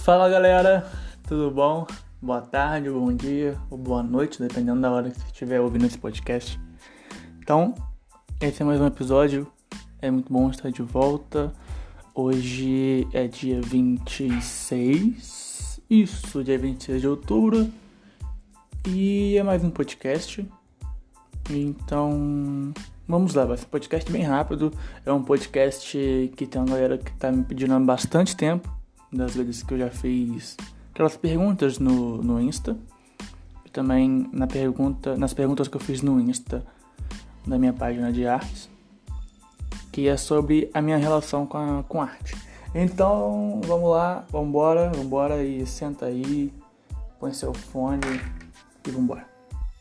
Fala galera, tudo bom? Boa tarde, bom dia ou boa noite, dependendo da hora que você estiver ouvindo esse podcast. Então, esse é mais um episódio, é muito bom estar de volta. Hoje é dia 26, dia 26 de outubro, e é mais um podcast. Então, vamos lá, vai ser um podcast bem rápido. É um podcast que tem uma galera que tá me pedindo há bastante tempo, das vezes que eu já fiz aquelas perguntas no Insta, e também nas perguntas que eu fiz no Insta da minha página de artes, que é sobre a minha relação com arte. Então, vamos lá, vambora e senta aí, põe seu fone e vambora.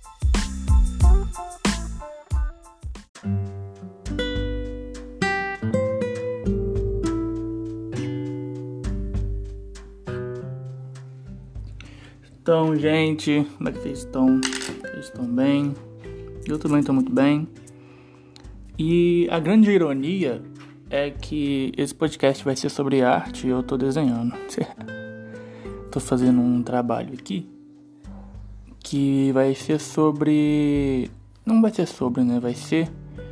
Então, gente, como é que vocês estão? Vocês estão bem? Eu também estou muito bem. E a grande ironia é que esse podcast vai ser sobre arte e eu estou desenhando. Estou fazendo um trabalho aqui que vai ser sobre... Não vai ser sobre, né? Vai ser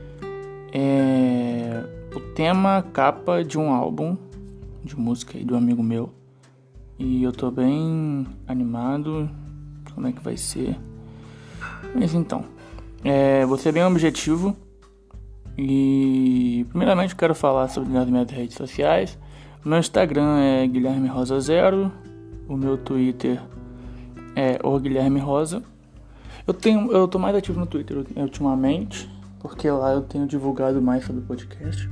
o tema capa de um álbum de música aí do amigo meu. E eu tô bem animado. Como é que vai ser? Mas então, vou ser bem objetivo. E primeiramente eu quero falar sobre as minhas redes sociais. O meu Instagram é Guilherme Rosa 0. O meu Twitter é o Guilherme Rosa. Eu tô mais ativo no Twitter ultimamente, porque lá eu tenho divulgado mais sobre o podcast.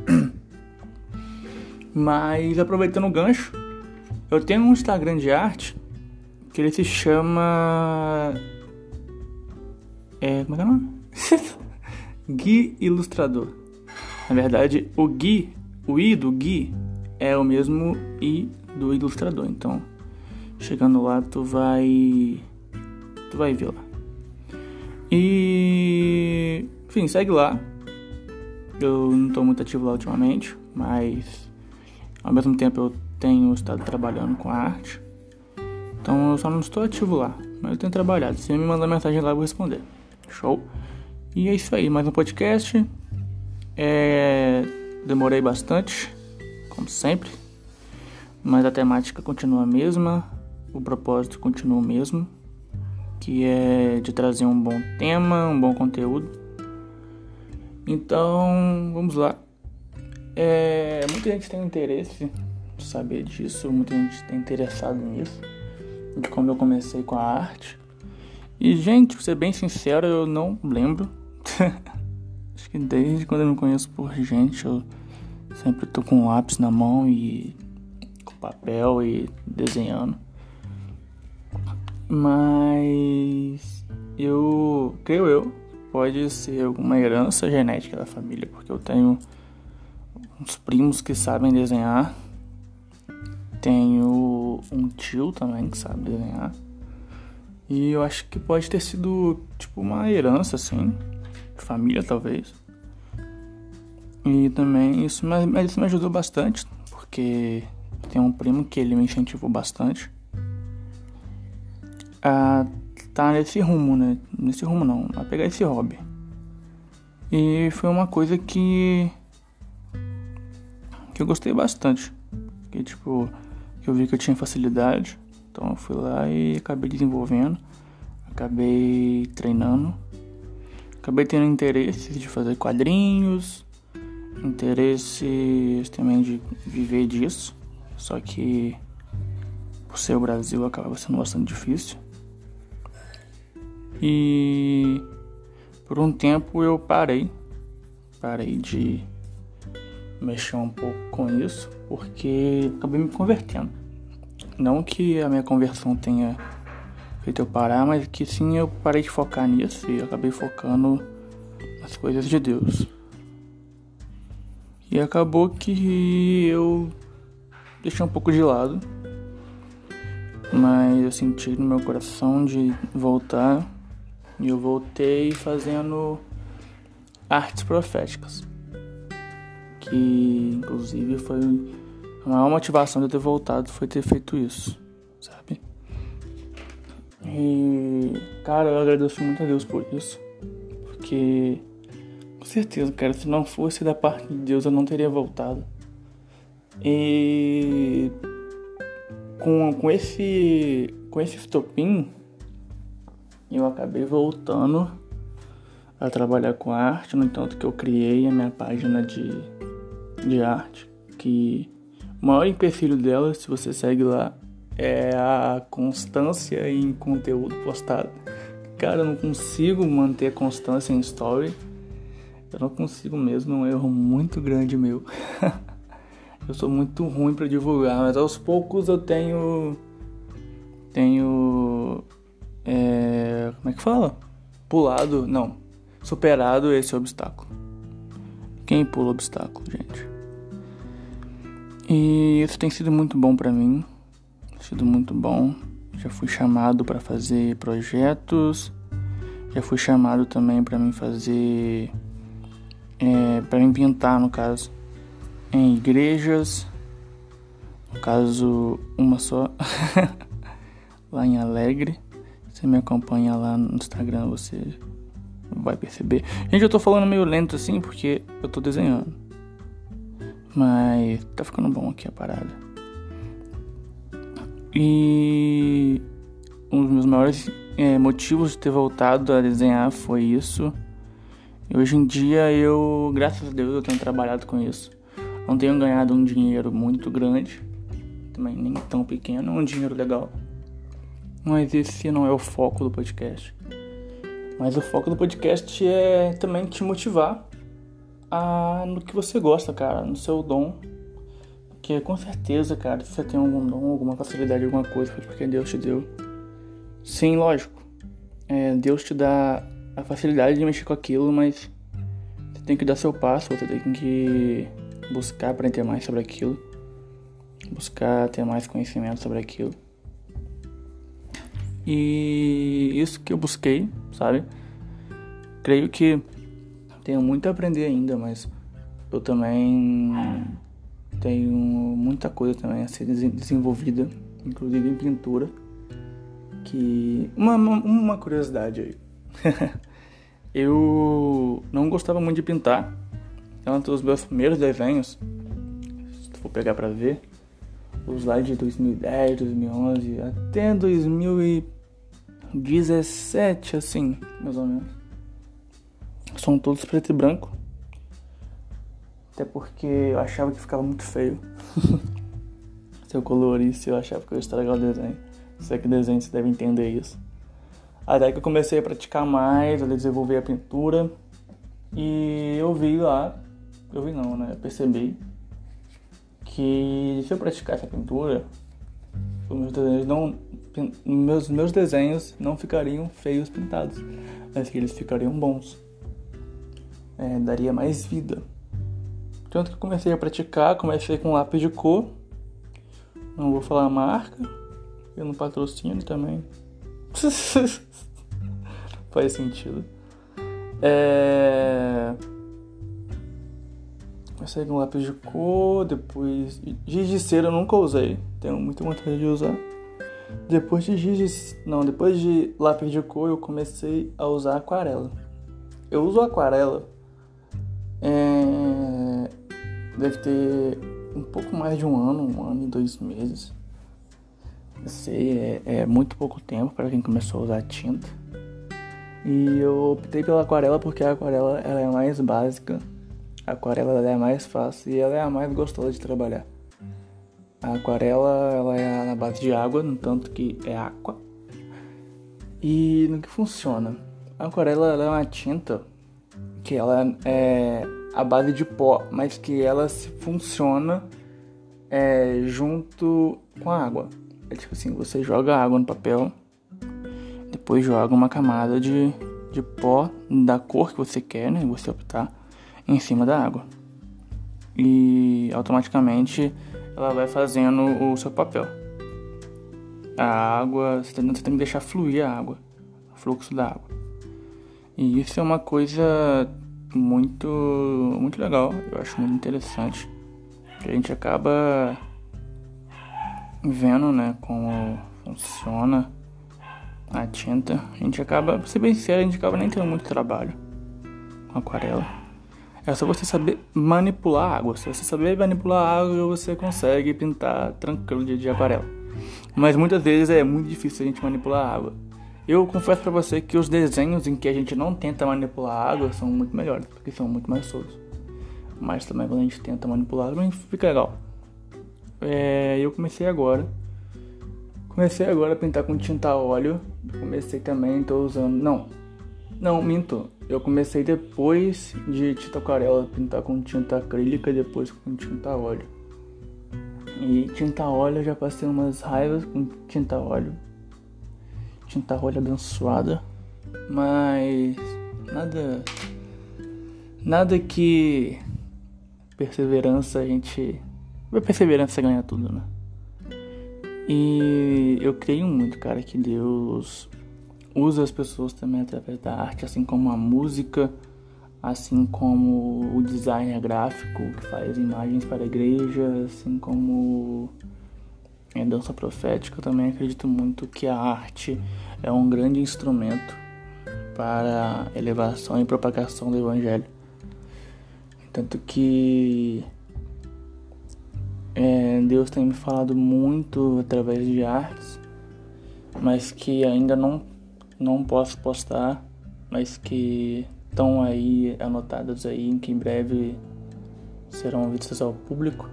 Mas aproveitando o gancho, eu tenho um Instagram de arte que ele se chama... como é que é o nome? Gui Ilustrador. Na verdade, o I do Gui é o mesmo I do Ilustrador. Então, chegando lá, tu vai ver lá. E... enfim, segue lá. Eu não tô muito ativo lá ultimamente, mas ao mesmo tempo eu tenho estado trabalhando com a arte, então eu só não estou ativo lá, mas eu tenho trabalhado. Se você me mandar mensagem lá, eu vou responder. Show? E é isso aí, mais um podcast. Demorei bastante, como sempre, mas a temática continua a mesma, o propósito continua o mesmo, que é de trazer um bom tema, um bom conteúdo. Então, vamos lá. Muita gente tem interesse de saber disso, muita gente tem interessado nisso, de como eu comecei com a arte. E, gente, pra ser bem sincero, eu não lembro. Acho que desde quando eu me conheço por gente, eu sempre tô com um lápis na mão e com papel e desenhando. Mas creio eu, pode ser alguma herança genética da família, porque eu tenho uns primos que sabem desenhar. Tenho um tio também que sabe desenhar. E eu acho que pode ter sido tipo uma herança assim, de família talvez. E também isso me ajudou bastante, porque tem um primo que ele me incentivou bastante a tá nesse rumo, né? Nesse rumo não, a pegar esse hobby. E foi uma coisa que eu gostei bastante. Que tipo, eu vi que eu tinha facilidade, então eu fui lá e acabei desenvolvendo, acabei treinando, acabei tendo interesse de fazer quadrinhos, interesse também de viver disso, só que por ser o Brasil acaba sendo bastante difícil. E por um tempo eu parei de mexer um pouco com isso, porque acabei me convertendo. Não que a minha conversão tenha feito eu parar, mas que sim, eu parei de focar nisso e acabei focando nas coisas de Deus. E acabou que eu deixei um pouco de lado, mas eu senti no meu coração de voltar, e eu voltei fazendo artes proféticas, que inclusive foi A maior motivação de eu ter voltado foi ter feito isso, sabe? E, cara, eu agradeço muito a Deus por isso. Porque, com certeza, cara, se não fosse da parte de Deus, eu não teria voltado. E com esse estopim, eu acabei voltando a trabalhar com arte. No entanto que eu criei a minha página de arte, que o maior empecilho dela, se você segue lá, é a constância em conteúdo postado. Cara, eu não consigo manter a constância em story. Eu não consigo mesmo, é um erro muito grande meu. Eu sou muito ruim pra divulgar, mas aos poucos eu tenho como é que fala? Superado esse obstáculo. Quem pula obstáculo, gente? E isso tem sido muito bom pra mim. Tem sido muito bom. Já fui chamado pra fazer projetos. Já fui chamado também pra mim fazer... pra mim pintar, no caso, em igrejas. No caso, uma só. Lá em Alegre. Você me acompanha lá no Instagram, você vai perceber. Gente, eu tô falando meio lento assim porque eu tô desenhando. Mas tá ficando bom aqui a parada. E um dos meus maiores motivos de ter voltado a desenhar foi isso. E hoje em dia eu, graças a Deus, eu tenho trabalhado com isso. Não tenho ganhado um dinheiro muito grande, também nem tão pequeno, é um dinheiro legal. Mas esse não é o foco do podcast. Mas o foco do podcast é também te motivar no que você gosta, cara, no seu dom. Que com certeza, cara, se você tem algum dom, alguma facilidade, alguma coisa, foi porque Deus te deu. Sim, lógico. Deus te dá a facilidade de mexer com aquilo, mas você tem que dar seu passo, você tem que buscar aprender mais sobre aquilo, buscar ter mais conhecimento sobre aquilo. E isso que eu busquei, sabe? Creio que tenho muito a aprender ainda, mas eu também tenho muita coisa também a ser desenvolvida, inclusive em pintura. Que uma curiosidade aí. Eu não gostava muito de pintar. Então, os meus primeiros desenhos, se tu for pegar pra ver, os lá de 2010, 2011 até 2017, assim, mais ou menos, são todos preto e branco. Até porque eu achava que ficava muito feio. Se eu colorisse, eu achava que eu ia estragar o desenho. Se é que desenho, você deve entender isso. Até que eu comecei a praticar mais, a desenvolver a pintura. E eu eu percebi que se eu praticar essa pintura, meus desenhos não ficariam feios pintados, mas que eles ficariam bons. Daria mais vida. Tanto que eu comecei a praticar, comecei com lápis de cor. Não vou falar a marca, eu não patrocino também. Faz sentido. Comecei com lápis de cor, depois giz de cera eu nunca usei, tenho muita vontade de usar. Depois de lápis de cor eu comecei a usar aquarela. Eu uso aquarela, deve ter um pouco mais de um ano e 2 meses. Eu sei, é muito pouco tempo para quem começou a usar tinta. E eu optei pela aquarela porque a aquarela ela é mais básica. A aquarela ela é mais fácil e ela é a mais gostosa de trabalhar. A aquarela ela é na base de água, no tanto que é aqua. E no que funciona? A aquarela ela é uma tinta que ela é a base de pó, mas que ela funciona junto com a água. É tipo assim, você joga água no papel, depois joga uma camada de pó da cor que você quer, né? Você optar em cima da água. E automaticamente ela vai fazendo o seu papel. A água, você tem que deixar fluir a água, o fluxo da água. E isso é uma coisa muito, muito legal, eu acho muito interessante. A gente acaba vendo, né, como funciona a tinta, a gente acaba, pra ser bem sério, a gente acaba nem tendo muito trabalho com aquarela. É só você saber manipular a água. Se você saber manipular a água, você consegue pintar tranquilo de aquarela. Mas muitas vezes é muito difícil a gente manipular a água. Eu confesso pra você que os desenhos em que a gente não tenta manipular a água são muito melhores, porque são muito mais soltos. Mas também quando a gente tenta manipular a água, fica legal. Eu comecei agora a pintar com tinta a óleo. Comecei também, tô usando... Não, minto. Eu comecei depois de tinta aquarela, pintar com tinta acrílica e depois com tinta a óleo. E tinta a óleo eu já passei umas raivas com tinta a óleo. Tinta a óleo abençoada. Mas nada que perseverança perseverança ganha tudo, né? E eu creio muito, cara, que Deus usa as pessoas também através da arte, assim como a música, assim como o designer gráfico que faz imagens para a igreja, assim como a dança profética. Eu também acredito muito que a arte é um grande instrumento para a elevação e propagação do evangelho. Tanto que Deus tem me falado muito através de artes, mas que ainda não posso postar, mas que estão aí anotadas aí, em que em breve serão vistas ao público.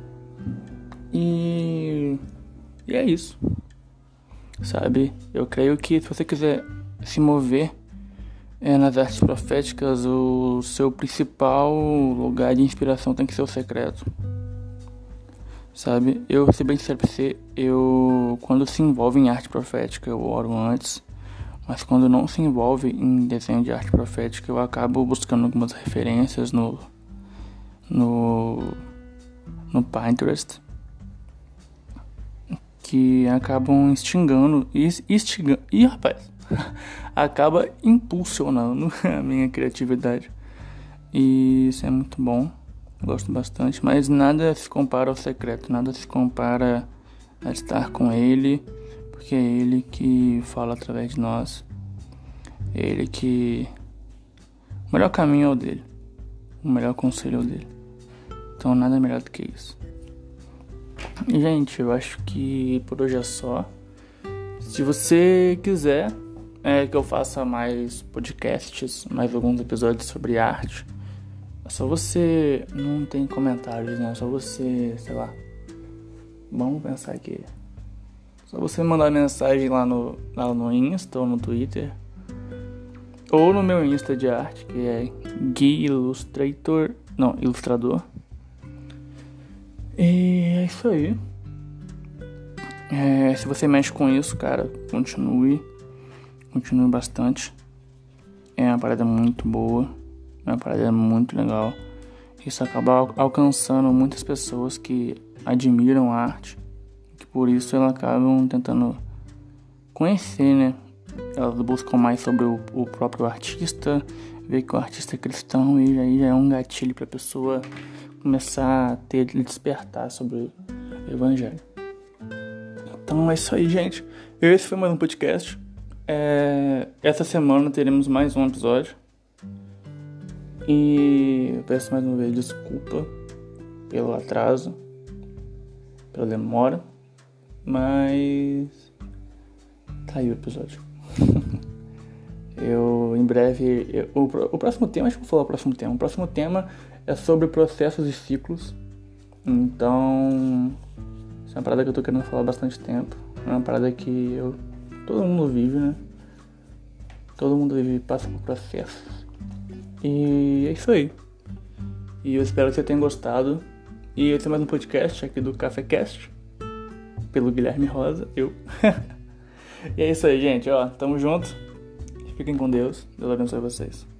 E é isso, sabe? Eu creio que se você quiser se mover nas artes proféticas, o seu principal lugar de inspiração tem que ser o secreto, sabe? Eu vou ser bem sincero pra você, quando se envolve em arte profética, eu oro antes. Mas quando não se envolve em desenho de arte profética, eu acabo buscando algumas referências no Pinterest que acabam acaba impulsionando a minha criatividade. E isso é muito bom, eu gosto bastante, mas nada se compara ao secreto, nada se compara a estar com ele, porque é ele que fala através de nós. É ele que... O melhor caminho é o dele. O melhor conselho é o dele. Então nada melhor do que isso. E, gente, eu acho que por hoje é só. Se você quiser que eu faça mais podcasts, mais alguns episódios sobre arte, é só você... Não tem comentários, né? É só você, sei lá... Vamos pensar aqui. Só você mandar mensagem lá no Insta ou no Twitter. Ou no meu Insta de arte, que é Gui Ilustrador. E é isso aí. Se você mexe com isso, cara, continue bastante. É uma parada muito boa, é uma parada muito legal. Isso acaba alcançando muitas pessoas que admiram a arte, que por isso elas acabam tentando conhecer, né? Elas buscam mais sobre o próprio artista, ver que o artista é cristão, e aí já é um gatilho para a pessoa começar a despertar sobre o evangelho. Então é isso aí, gente. Esse foi mais um podcast. Essa semana teremos mais um episódio. E eu peço mais uma vez desculpa pelo atraso, pela demora, mas tá aí o episódio. Em breve, o próximo tema, acho que vou falar o próximo tema. O próximo tema é sobre processos e ciclos. Então, isso é uma parada que eu tô querendo falar há bastante tempo. É uma parada que todo mundo vive, né? Todo mundo vive, passa por processos. E é isso aí. E eu espero que você tenha gostado. E esse é mais um podcast aqui do CaféCast, pelo Guilherme Rosa, eu. E é isso aí, gente, tamo junto. Fiquem com Deus. Deus abençoe vocês.